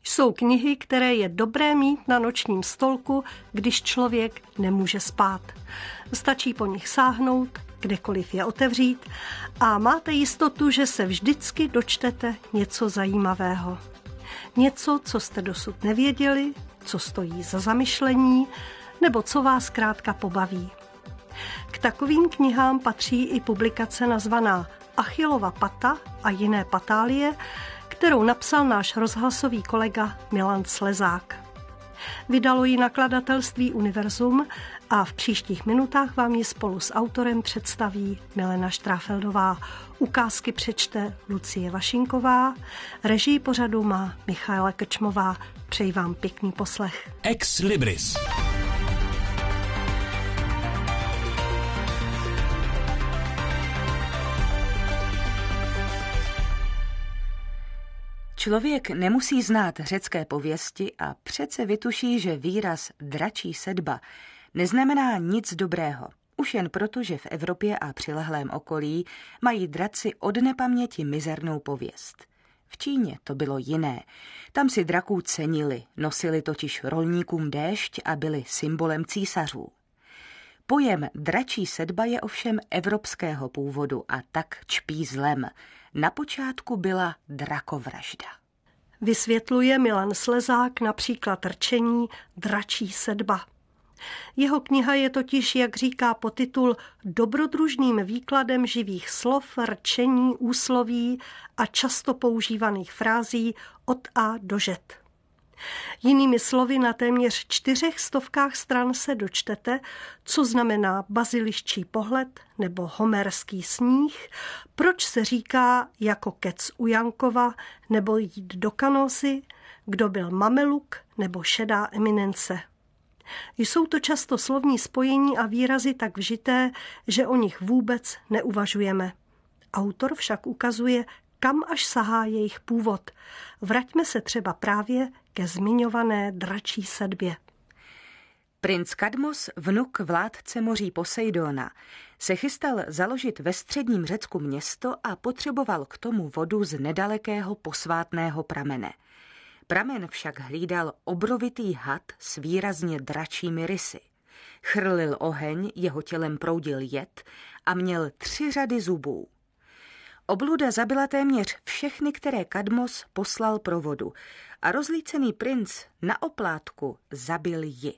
Jsou knihy, které je dobré mít na nočním stolku, když člověk nemůže spát. Stačí po nich sáhnout, kdekoliv je otevřít a máte jistotu, že se vždycky dočtete něco zajímavého. Něco, co jste dosud nevěděli, co stojí za zamyšlení, nebo co vás zkrátka pobaví. K takovým knihám patří i publikace nazvaná Achillova pata a jiné patálie, kterou napsal náš rozhlasový kolega Milan Slezák. Vydalo ji nakladatelství Univerzum a v příštích minutách vám ji spolu s autorem představí Milena Štráfeldová. Ukázky přečte Lucie Vašinková, režii pořadu má Michaela Krčmová. Přeji vám pěkný poslech. Ex Libris. Člověk nemusí znát řecké pověsti a přece vytuší, že výraz dračí sedba neznamená nic dobrého. Už jen proto, že v Evropě a přilehlém okolí mají draci od nepaměti mizernou pověst. V Číně to bylo jiné. Tam si draků cenili, nosili totiž rolníkům déšť a byli symbolem císařů. Pojem dračí sedba je ovšem evropského původu a tak čpí zlem. Na počátku byla drakovražda. Vysvětluje Milan Slezák například rčení Dračí sedba. Jeho kniha je totiž, jak říká podtitul, dobrodružným výkladem živých slov, rčení, úsloví a často používaných frází od A do Ž. Jinými slovy, na téměř 400 stran se dočtete, co znamená baziliščí pohled nebo homerský sníh, proč se říká jako kec u Jankova nebo jít do Kanosy, kdo byl mameluk nebo šedá eminence. Jsou to často slovní spojení a výrazy tak vžité, že o nich vůbec neuvažujeme. Autor však ukazuje, kam až sahá jejich původ. Vraťme se třeba právě ke zmiňované dračí sedbě. Princ Kadmos, vnuk vládce moří Poseidona, se chystal založit ve středním Řecku město a potřeboval k tomu vodu z nedalekého posvátného pramene. Pramen však hlídal obrovitý had s výrazně dračími rysy. Chrlil oheň, jeho tělem proudil jed a měl 3 řady zubů. Obluda zabila téměř všechny, které Kadmos poslal pro vodu a rozlícený princ na oplátku zabil ji.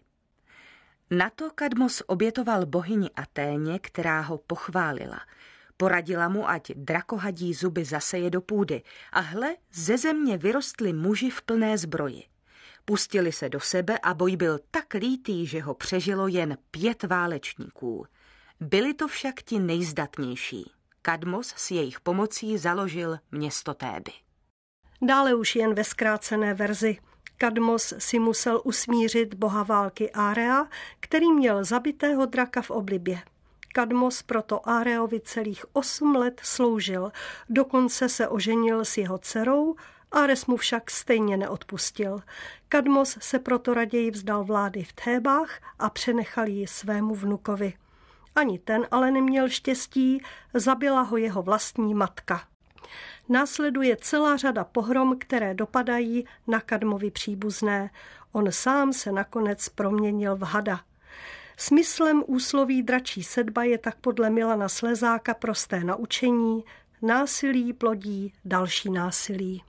Na to Kadmos obětoval bohyni Aténě, která ho pochválila. Poradila mu, ať drakohadí zuby zaseje do půdy a hle, ze země vyrostli muži v plné zbroji. Pustili se do sebe a boj byl tak lítý, že ho přežilo jen 5 válečníků. Byli to však ti nejzdatnější. Kadmos s jejich pomocí založil město Téby. Dále už jen ve zkrácené verzi. Kadmos si musel usmířit boha války Área, který měl zabitého draka v oblibě. Kadmos proto Áreovi celých 8 let sloužil, dokonce se oženil s jeho dcerou, Ares mu však stejně neodpustil. Kadmos se proto raději vzdal vlády v Thébách a přenechal ji svému vnukovi. Ani ten ale neměl štěstí, zabila ho jeho vlastní matka. Následuje celá řada pohrom, které dopadají na Kadmovi příbuzné. On sám se nakonec proměnil v hada. Smyslem úsloví dračí sedba je tak podle Milana Slezáka prosté naučení: násilí plodí další násilí.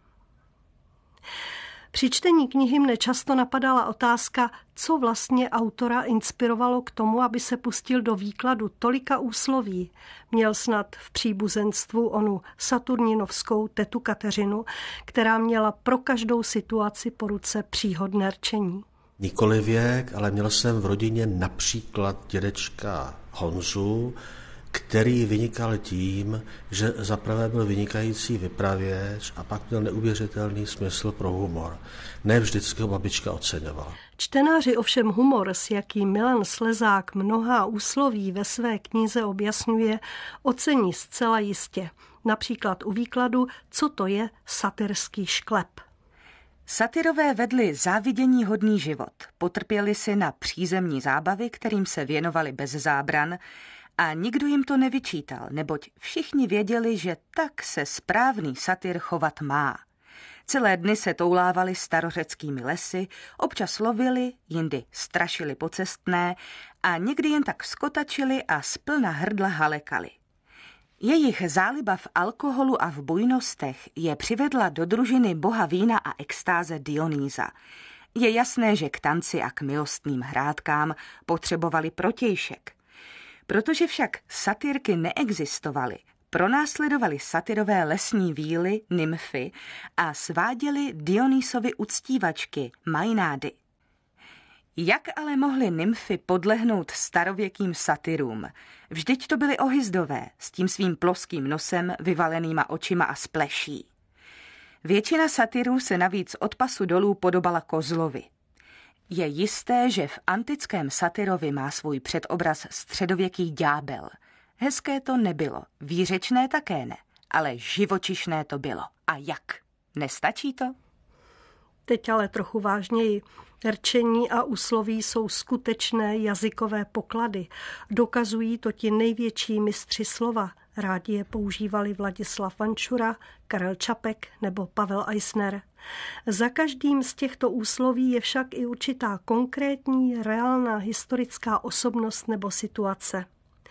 Při čtení knihy mne často napadala otázka, co vlastně autora inspirovalo k tomu, aby se pustil do výkladu tolika úsloví. Měl snad v příbuzenstvu onu saturninovskou tetu Kateřinu, která měla pro každou situaci po ruce příhodné rčení. Nikoli věk, ale měl jsem v rodině například dědečka Honzu, který vynikal tím, že zaprvé byl vynikající vypravěč a pak měl neuvěřitelný smysl pro humor. Ne vždycky ho babička oceňovala. Čtenáři ovšem humor, s jakým Milan Slezák mnohá úsloví ve své knize objasňuje, ocení zcela jistě. Například u výkladu, co to je satyrský šklep. Satyrové vedli záviděníhodný život. Potrpěli si na přízemní zábavy, kterým se věnovali bez zábran, a nikdo jim to nevyčítal, neboť všichni věděli, že tak se správný satyr chovat má. Celé dny se toulávali starořeckými lesy, občas lovili, jindy strašili pocestné a někdy jen tak skotačili a splna hrdla halekali. Jejich záliba v alkoholu a v bujnostech je přivedla do družiny boha vína a extáze Dionýza. Je jasné, že k tanci a k milostným hrádkám potřebovali protějšek. Protože však satyrky neexistovaly, pronásledovali satyrové lesní víly, nymfy a sváděli Dionýsovi uctívačky, majnády. Jak ale mohly nymfy podlehnout starověkým satyrům? Vždyť to byly ohyzdové, s tím svým ploským nosem, vyvalenýma očima a spleší. Většina satyrů se navíc od pasu dolů podobala kozlovi. Je jisté, že v antickém satyrovi má svůj předobraz středověký ďábel. Hezké to nebylo, výřečné také ne, ale živočišné to bylo. A jak? Nestačí to? Teď ale trochu vážněji. Rčení a úsloví jsou skutečné jazykové poklady. Dokazují to ti největší mistři slova. Rádi je používali Vladislav Vančura, Karel Čapek nebo Pavel Eisner. Za každým z těchto úsloví je však i určitá konkrétní, reálná historická osobnost nebo situace.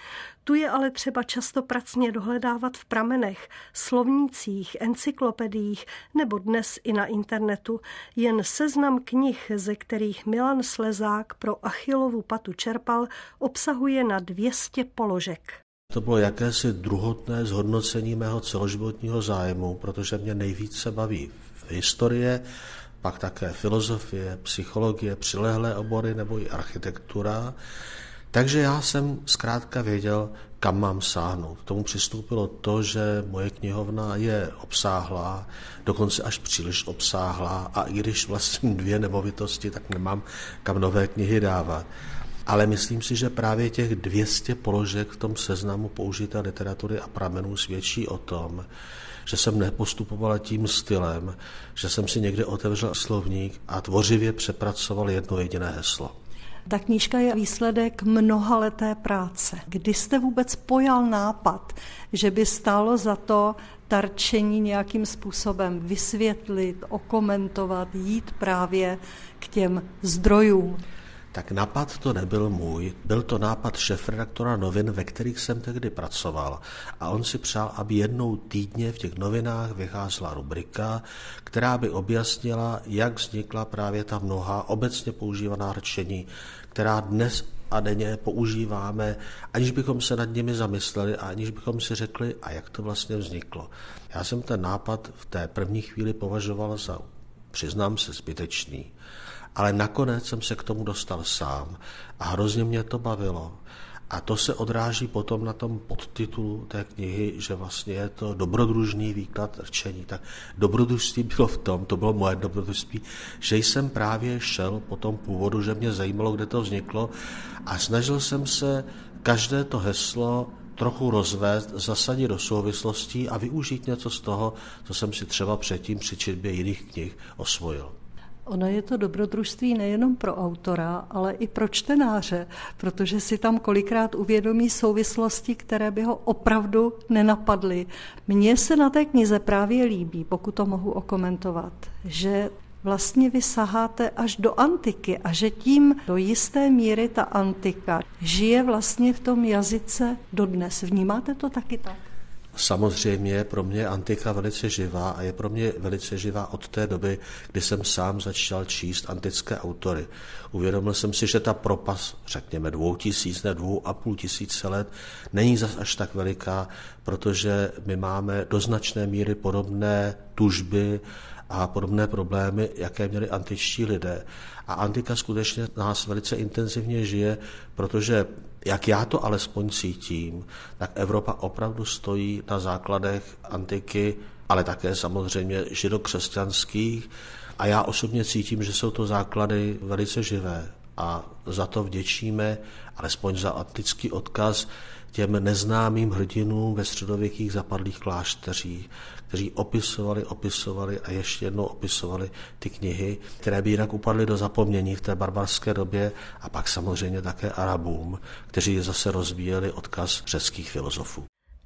Tu je ale třeba často pracně dohledávat v pramenech, slovnících, encyklopediích nebo dnes i na internetu. Jen seznam knih, ze kterých Milan Slezák pro Achillovu patu čerpal, obsahuje na 200 položek. To bylo jakési druhotné zhodnocení mého celoživotního zájmu, protože mě nejvíce baví historie, pak také filozofie, psychologie, přilehlé obory nebo i architektura. Takže já jsem zkrátka věděl, kam mám sáhnout. K tomu přistoupilo to, že moje knihovna je obsáhlá, dokonce až příliš obsáhlá a i když vlastním 2 nemovitosti, tak nemám kam nové knihy dávat. Ale myslím si, že právě těch 200 položek v tom seznamu použité literatury a pramenů svědčí o tom, že jsem nepostupoval tím stylem, že jsem si někde otevřel slovník a tvořivě přepracoval jedno jediné heslo. Ta knížka je výsledek mnohaleté práce. Kdy jste vůbec pojal nápad, že by stálo za to ta rčení nějakým způsobem vysvětlit, okomentovat, jít právě k těm zdrojům? Tak nápad to nebyl můj, byl to nápad šéfredaktora novin, ve kterých jsem tehdy pracoval. A on si přál, aby jednou týdně v těch novinách vycházela rubrika, která by objasnila, jak vznikla právě ta mnoha obecně používaná rčení, která dnes a denně používáme, aniž bychom se nad nimi zamysleli a aniž bychom si řekli, a jak to vlastně vzniklo. Já jsem ten nápad v té první chvíli považoval za, přiznám se, zbytečný. Ale nakonec jsem se k tomu dostal sám a hrozně mě to bavilo. A to se odráží potom na tom podtitulu té knihy, že vlastně je to dobrodružný výklad rčení. Tak dobrodružství bylo v tom, to bylo moje dobrodružství, že jsem právě šel po tom původu, že mě zajímalo, kde to vzniklo a snažil jsem se každé to heslo trochu rozvést, zasadit do souvislostí a využít něco z toho, co jsem si třeba předtím při četbě jiných knih osvojil. Ono je to dobrodružství nejenom pro autora, ale i pro čtenáře, protože si tam kolikrát uvědomí souvislosti, které by ho opravdu nenapadly. Mně se na té knize právě líbí, pokud to mohu okomentovat, že vlastně vy saháte až do antiky a že tím do jisté míry ta antika žije vlastně v tom jazyce dodnes. Vnímáte to taky tak? Samozřejmě pro mě je antika velice živá a je pro mě velice živá od té doby, kdy jsem sám začal číst antické autory. Uvědomil jsem si, že ta propast, řekněme 2000, ne 2500 let, není zas až tak veliká, protože my máme do značné míry podobné tužby a podobné problémy, jaké měli antičtí lidé. A antika skutečně nás velice intenzivně žije, protože, jak já to alespoň cítím, tak Evropa opravdu stojí na základech antiky, ale také samozřejmě židokřesťanských. A já osobně cítím, že jsou to základy velice živé. A za to vděčíme, alespoň za antický odkaz, těm neznámým hrdinům ve středověkých zapadlých klášteřích, kteří opisovali a ještě jednou opisovali ty knihy, které by jinak upadly do zapomnění v té barbarské době, a pak samozřejmě také Arabům, kteří zase rozvíjeli odkaz řeckých filozofů.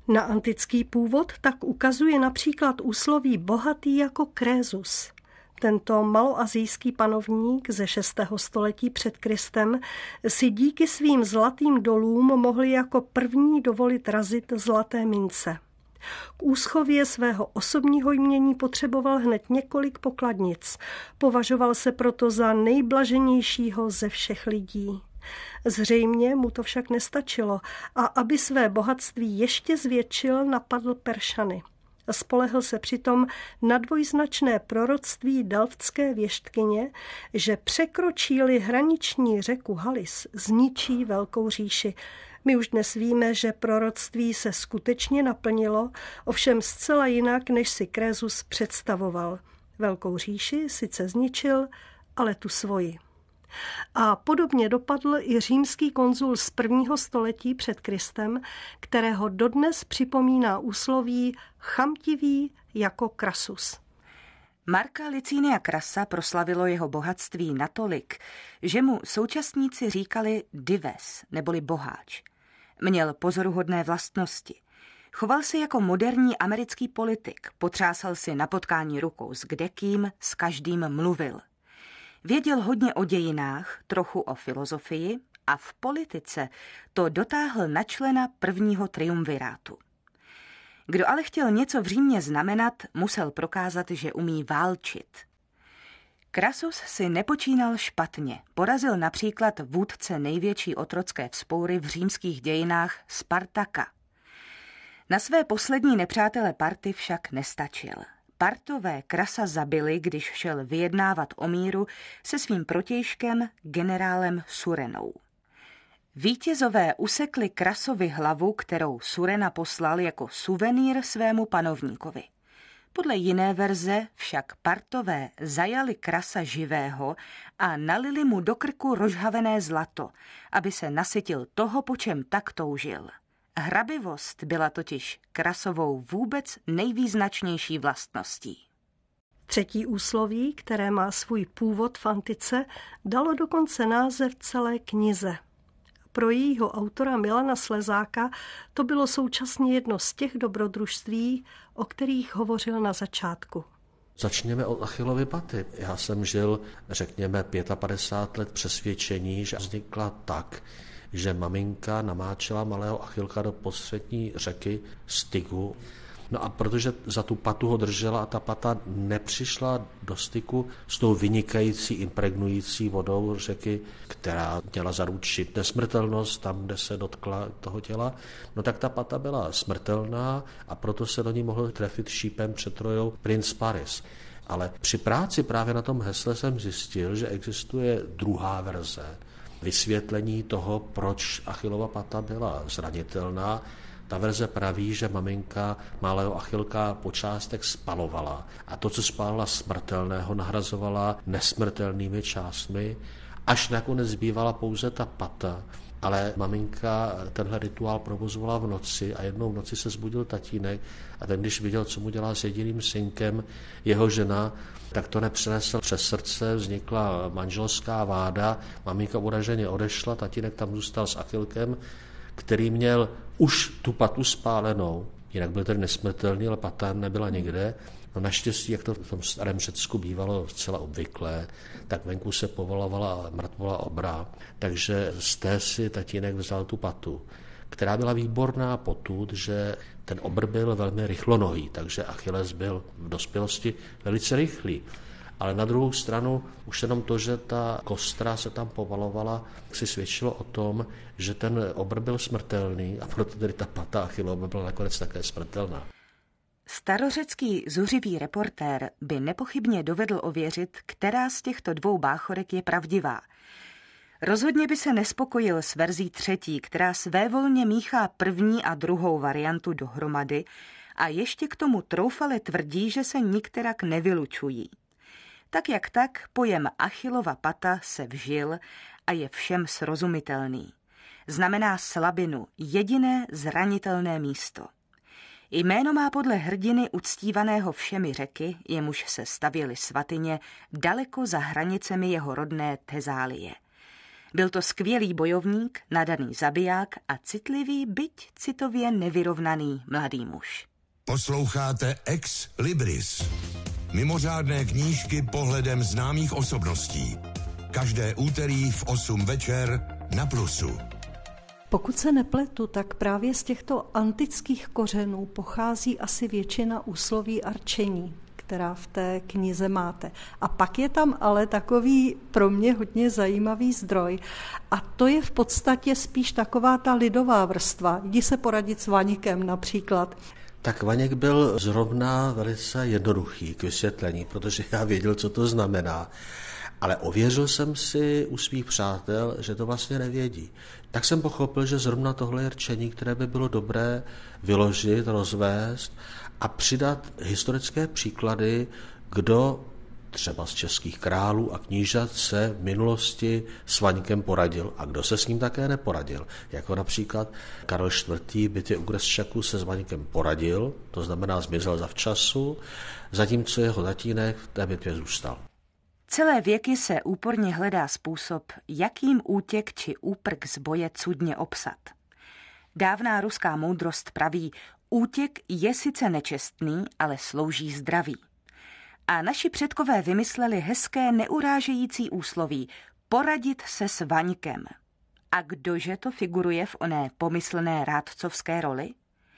Na antický původ tak ukazuje například úsloví bohatý jako Krézus. Tento maloasijský panovník ze 6. století před Kristem si díky svým zlatým dolům mohl jako první dovolit razit zlaté mince. K úschově svého osobního jmění potřeboval hned několik pokladnic. Považoval se proto za nejblaženějšího ze všech lidí. Zřejmě mu to však nestačilo a aby své bohatství ještě zvětšil, napadl Peršany. Spolehl se přitom na dvojznačné proroctví delftské věštkyně, že překročí-li hraniční řeku Halis, zničí velkou říši. My už dnes víme, že proroctví se skutečně naplnilo, ovšem zcela jinak, než si Krézus představoval. Velkou říši sice zničil, ale tu svoji. A podobně dopadl i římský konzul z 1. století před Kristem, kterého dodnes připomíná úsloví chamtivý jako Krasus. Marka Licínia Krasa proslavilo jeho bohatství natolik, že mu současníci říkali dives, neboli boháč. Měl pozoruhodné vlastnosti. Choval se jako moderní americký politik, potřásal si na potkání rukou s kdekým, s každým mluvil. Věděl hodně o dějinách, trochu o filozofii a v politice to dotáhl na člena prvního triumvirátu. Kdo ale chtěl něco v Římě znamenat, musel prokázat, že umí válčit. Krasus si nepočínal špatně. Porazil například vůdce největší otrocké vzpoury v římských dějinách Spartaka. Na své poslední nepřátele Party však nestačil. Partové Krasa zabili, když šel vyjednávat o míru se svým protějškem generálem Surenou. Vítězové usekli Krasovi hlavu, kterou Surena poslal jako suvenýr svému panovníkovi. Podle jiné verze však Partové zajali Krasa živého a nalili mu do krku rozhavené zlato, aby se nasytil toho, po čem tak toužil. Hrabivost byla totiž Krasovou vůbec nejvýznačnější vlastností. Třetí úsloví, které má svůj původ v antice, dalo dokonce název celé knize. Pro jejího autora Milana Slezáka to bylo současně jedno z těch dobrodružství, o kterých hovořil na začátku. Začněme od Achillovy paty. Já jsem žil, řekněme, 55 let přesvědčení, že vznikla tak, že maminka namáčela malého Achilka do postřední řeky Stygu. No a protože za tu patu ho držela a ta pata nepřišla do styku s tou vynikající, impregnující vodou řeky, která měla zaručit nesmrtelnost tam, kde se dotkla toho těla, no tak ta pata byla smrtelná a proto se do ní mohl trefit šípem před Trojou princ Paris. Ale při práci právě na tom hesle jsem zjistil, že existuje druhá verze, vysvětlení toho, proč Achillova pata byla zranitelná. Ta verze praví, že maminka malého Achilka po částech spalovala a to, co spálila smrtelného, nahrazovala nesmrtelnými částmi, až nakonec zbývala pouze ta pata. Ale maminka tenhle rituál provozovala v noci a jednou v noci se zbudil tatínek a ten, když viděl, co mu dělá s jediným synkem jeho žena, tak to nepřenesl přes srdce, vznikla manželská váda, maminka uraženě odešla, tatínek tam zůstal s Achilkem, který měl už tu patu spálenou, jinak byl tedy nesmrtelný, ale pata nebyla nikde. No naštěstí, jak to v tom starém Řecku bývalo zcela obvyklé, tak venku se povolovala mrtvola obra, takže z té si tatínek vzal tu patu, která byla výborná potud, že ten obr byl velmi rychlonohý, takže Achilles byl v dospělosti velice rychlý. Ale na druhou stranu už jenom to, že ta kostra se tam povalovala, si svědčilo o tom, že ten obr byl smrtelný a proto tedy ta pata Achillova byla nakonec také smrtelná. Starořecký zuřivý reportér by nepochybně dovedl ověřit, která z těchto dvou báchorek je pravdivá. Rozhodně by se nespokojil s verzí třetí, která svévolně míchá první a druhou variantu dohromady a ještě k tomu troufale tvrdí, že se nikterak nevylučují. Tak jak tak, pojem Achillova pata se vžil a je všem srozumitelný. Znamená slabinu, jediné zranitelné místo. Jméno má podle hrdiny uctívaného všemi řeky, jemuž se stavěly svatyně daleko za hranicemi jeho rodné Tezálie. Byl to skvělý bojovník, nadaný zabiják a citlivý, byť citově nevyrovnaný mladý muž. Posloucháte Ex Libris. Mimořádné knížky pohledem známých osobností. Každé úterý v 8 večer na Plusu. Pokud se nepletu, tak právě z těchto antických kořenů pochází asi většina úsloví a rčení, která v té knize máte. A pak je tam ale takový pro mě hodně zajímavý zdroj. A to je v podstatě spíš taková ta lidová vrstva. Jdi se poradit s Vaňkem například. Tak Vaněk byl zrovna velice jednoduchý k vysvětlení, protože já věděl, co to znamená. Ale ověřil jsem si u svých přátel, že to vlastně nevědí. Tak jsem pochopil, že zrovna tohle je rčení, které by bylo dobré vyložit, rozvést a přidat historické příklady, kdo třeba z českých králů a knížat se v minulosti s Vaňkem poradil a kdo se s ním také neporadil. Jako například Karel IV. Bitvě u Grezčaku se s Vaňkem poradil, to znamená zmizel zavčasu, zatímco jeho tatínek v té bitvě zůstal. Celé věky se úporně hledá způsob, jakým útěk či úprk z boje cudně obsat. Dávná ruská moudrost praví, útěk je sice nečestný, ale slouží zdraví. A naši předkové vymysleli hezké neurážející úsloví poradit se s Vaňkem. A kdože to figuruje v oné pomyslné rádcovské roli?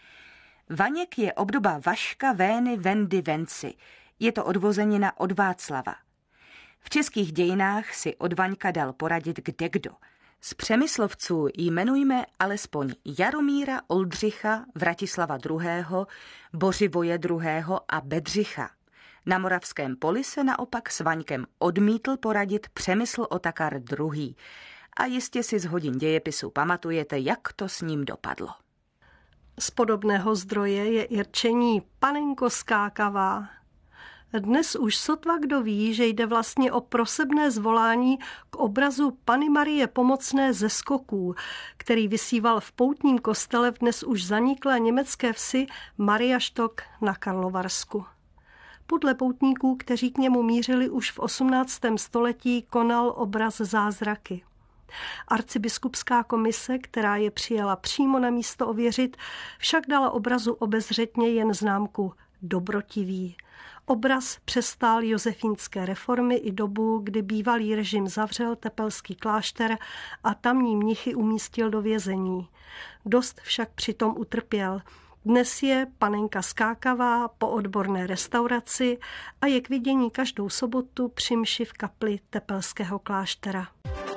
Vaněk je obdoba Vaška, Vény, Vendy, Venci. Je to odvozenina od Václava. V českých dějinách si od Vaňka dal poradit kdekdo. Z Přemyslovců jmenujme alespoň Jaromíra, Oldřicha, Vratislava II., Bořivoje II. A Bedřicha. Na Moravském poli se naopak s Vaňkem odmítl poradit Přemysl Otakar II. A jistě si z hodin dějepisu pamatujete, jak to s ním dopadlo. Z podobného zdroje je i rčení Panenko skákavá. Dnes už sotva kdo ví, že jde vlastně o prosebné zvolání k obrazu Panny Marie Pomocné ze Skoků, který vysíval v poutním kostele v dnes už zaniklé německé vsi Mariaštok na Karlovarsku. Podle poutníků, kteří k němu mířili už v 18. století, konal obraz zázraky. Arcibiskupská komise, která je přijela přímo na místo ověřit, však dala obrazu obezřetně jen známku dobrotivý. Obraz přestál josefínské reformy i dobu, kdy bývalý režim zavřel tepelský klášter a tamní mnichy umístil do vězení. Dost však přitom utrpěl. Dnes je Panenka skákavá po odborné restauraci a je k vidění každou sobotu při mši v kapli tepelského kláštera.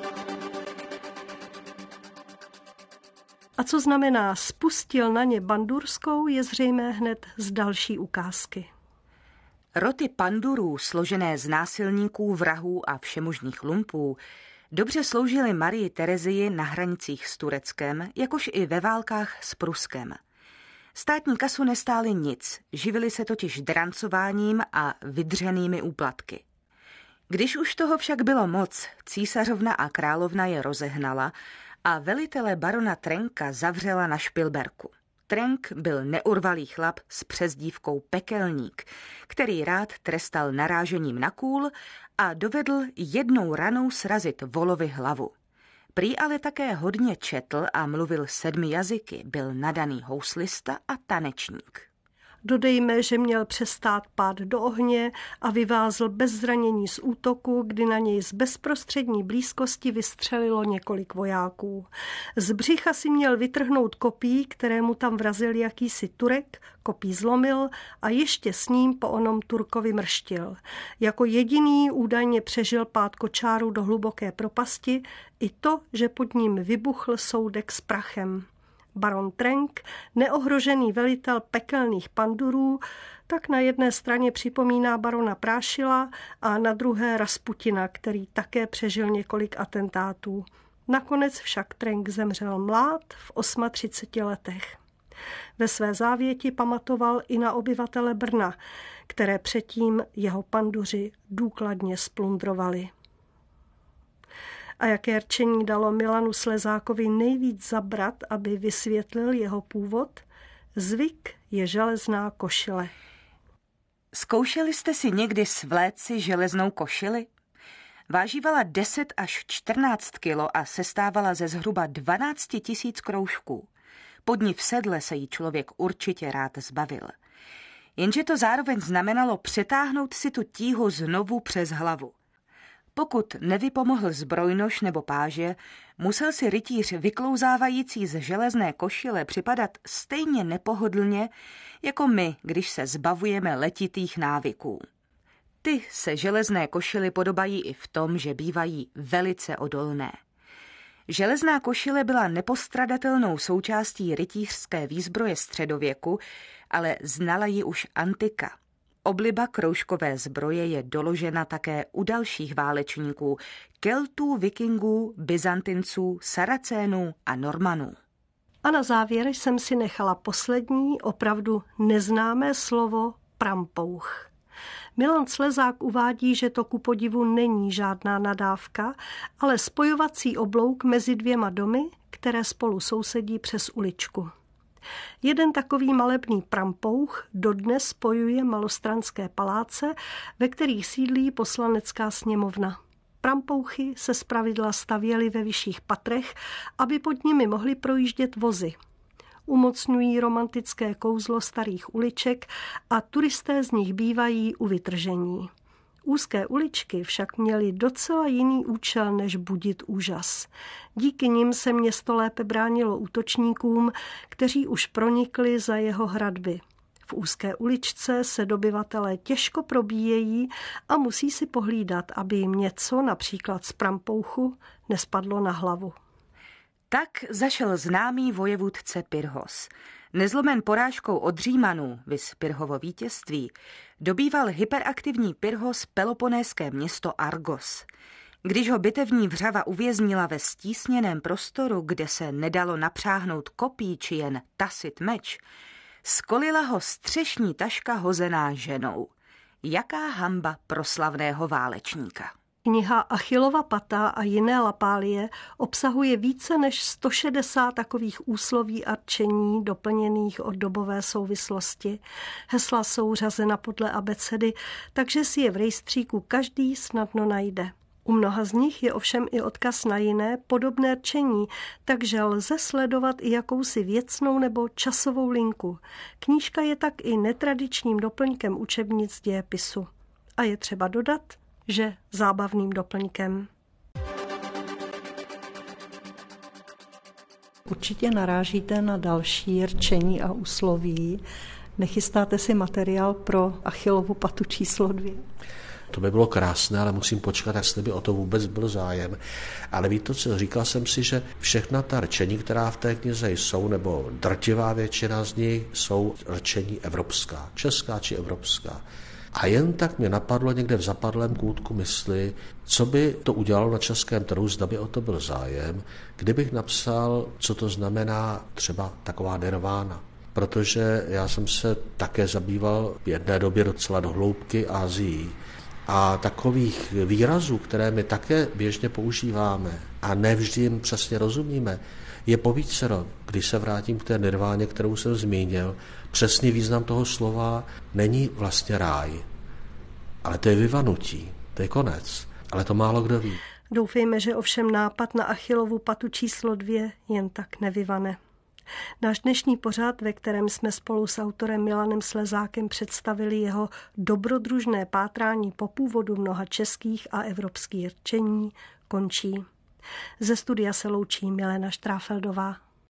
A co znamená spustil na ně bandurskou, je zřejmé hned z další ukázky. Roty pandurů, složené z násilníků, vrahů a všemožných lumpů, dobře sloužily Marii Terezii na hranicích s Tureckem, jakož i ve válkách s Pruskem. Státní kasu nestály nic, živili se totiž drancováním a vydřenými úplatky. Když už toho však bylo moc, císařovna a královna je rozehnala a velitele barona Trenka zavřela na Špilberku. Trenk byl neurvalý chlap s přezdívkou Pekelník, který rád trestal narážením na kůl a dovedl jednou ranou srazit volovi hlavu. Prý ale také hodně četl a mluvil 7 jazyky, byl nadaný houslista a tanečník. Dodejme, že měl přestát pád do ohně a vyvázl bez zranění z útoku, kdy na něj z bezprostřední blízkosti vystřelilo několik vojáků. Z břicha si měl vytrhnout kopí, kterému tam vrazil jakýsi Turek, kopí zlomil a ještě s ním po onom Turkovi mrštil. Jako jediný údajně přežil pád kočáru do hluboké propasti i to, že pod ním vybuchl soudek s prachem. Baron Trenk, neohrožený velitel pekelných pandurů, tak na jedné straně připomíná barona Prášila a na druhé Rasputina, který také přežil několik atentátů. Nakonec však Trenk zemřel mlád v 38 letech. Ve své závěti pamatoval i na obyvatele Brna, které předtím jeho panduři důkladně splundrovali. A jaké rčení dalo Milanu Slezákovi nejvíc zabrat, aby vysvětlil jeho původ? Zvyk je železná košile. Zkoušeli jste si někdy svléct si železnou košili? Vážívala 10 až 14 kilo a sestávala ze zhruba 12 000 kroužků. Pod ní v sedle se jí člověk určitě rád zbavil. Jenže to zároveň znamenalo přetáhnout si tu tíhu znovu přes hlavu. Pokud nevypomohl zbrojnoš nebo páže, musel si rytíř vyklouzávající z železné košile připadat stejně nepohodlně, jako my, když se zbavujeme letitých návyků. Ty se železné košily podobají i v tom, že bývají velice odolné. Železná košile byla nepostradatelnou součástí rytířské výzbroje středověku, ale znala ji už antika. Obliba kroužkové zbroje je doložena také u dalších válečníků, Keltů, Vikingů, Byzantinců, Saracénů a Normanů. A na závěr jsem si nechala poslední, opravdu neznámé slovo prampouch. Milan Slezák uvádí, že to ku podivu není žádná nadávka, ale spojovací oblouk mezi dvěma domy, které spolu sousedí přes uličku. Jeden takový malebný prampouch dodnes spojuje malostranské paláce, ve kterých sídlí poslanecká sněmovna. Prampouchy se zpravidla stavěly ve vyšších patrech, aby pod nimi mohly projíždět vozy. Umocňují romantické kouzlo starých uliček a turisté z nich bývají u vytržení. Úzké uličky však měly docela jiný účel, než budit úžas. Díky nim se město lépe bránilo útočníkům, kteří už pronikli za jeho hradby. V úzké uličce se dobyvatelé těžko probíjejí a musí si pohlídat, aby jim něco, například z prampouchu, nespadlo na hlavu. Tak zašel známý vojevůdce Pyrrhos. Nezlomen porážkou od Římanů, viz Pyrrhovo vítězství, dobýval hyperaktivní Pyrrhos peloponéské město Argos. Když ho bitevní vřava uvěznila ve stísněném prostoru, kde se nedalo napřáhnout kopí či jen tasit meč, skolila ho střešní taška hozená ženou. Jaká hanba pro slavného válečníka. Kniha Achillova pata a jiné lapálie obsahuje více než 160 takových úsloví a rčení doplněných od dobové souvislosti. Hesla jsou řazena podle abecedy, takže si je v rejstříku každý snadno najde. U mnoha z nich je ovšem i odkaz na jiné podobné rčení, takže lze sledovat i jakousi věcnou nebo časovou linku. Knížka je tak i netradičním doplňkem učebnic dějepisu. A je třeba dodat, že zábavným doplňkem. Určitě narážíte na další rčení a úsloví. Nechystáte si materiál pro Achillovu patu číslo 2? To by bylo krásné, ale musím počkat, jestli by o to vůbec byl zájem. Ale víte co, říkal jsem si, že všechna ta rčení, která v té knize jsou, nebo drtivá většina z nich, jsou rčení evropská, česká či evropská. A jen tak mě napadlo někde v zapadlém koutku mysli, co by to udělalo na českém trhu, zda by o to byl zájem, kdybych napsal, co to znamená třeba taková nirvána. Protože já jsem se také zabýval v jedné době docela do hloubky Asií a takových výrazů, které my také běžně používáme a nevždy jim přesně rozumíme, je povícero. Když se vrátím k té nirváně, kterou jsem zmínil, přesný význam toho slova není vlastně ráj, ale to je vyvanutí, to je konec, ale to málo kdo ví. Doufejme, že ovšem nápad na Achillovu patu číslo 2 jen tak nevyvane. Náš dnešní pořad, ve kterém jsme spolu s autorem Milanem Slezákem představili jeho dobrodružné pátrání po původu mnoha českých a evropských rčení, končí. Ze studia se loučí Milena Štráfeldová.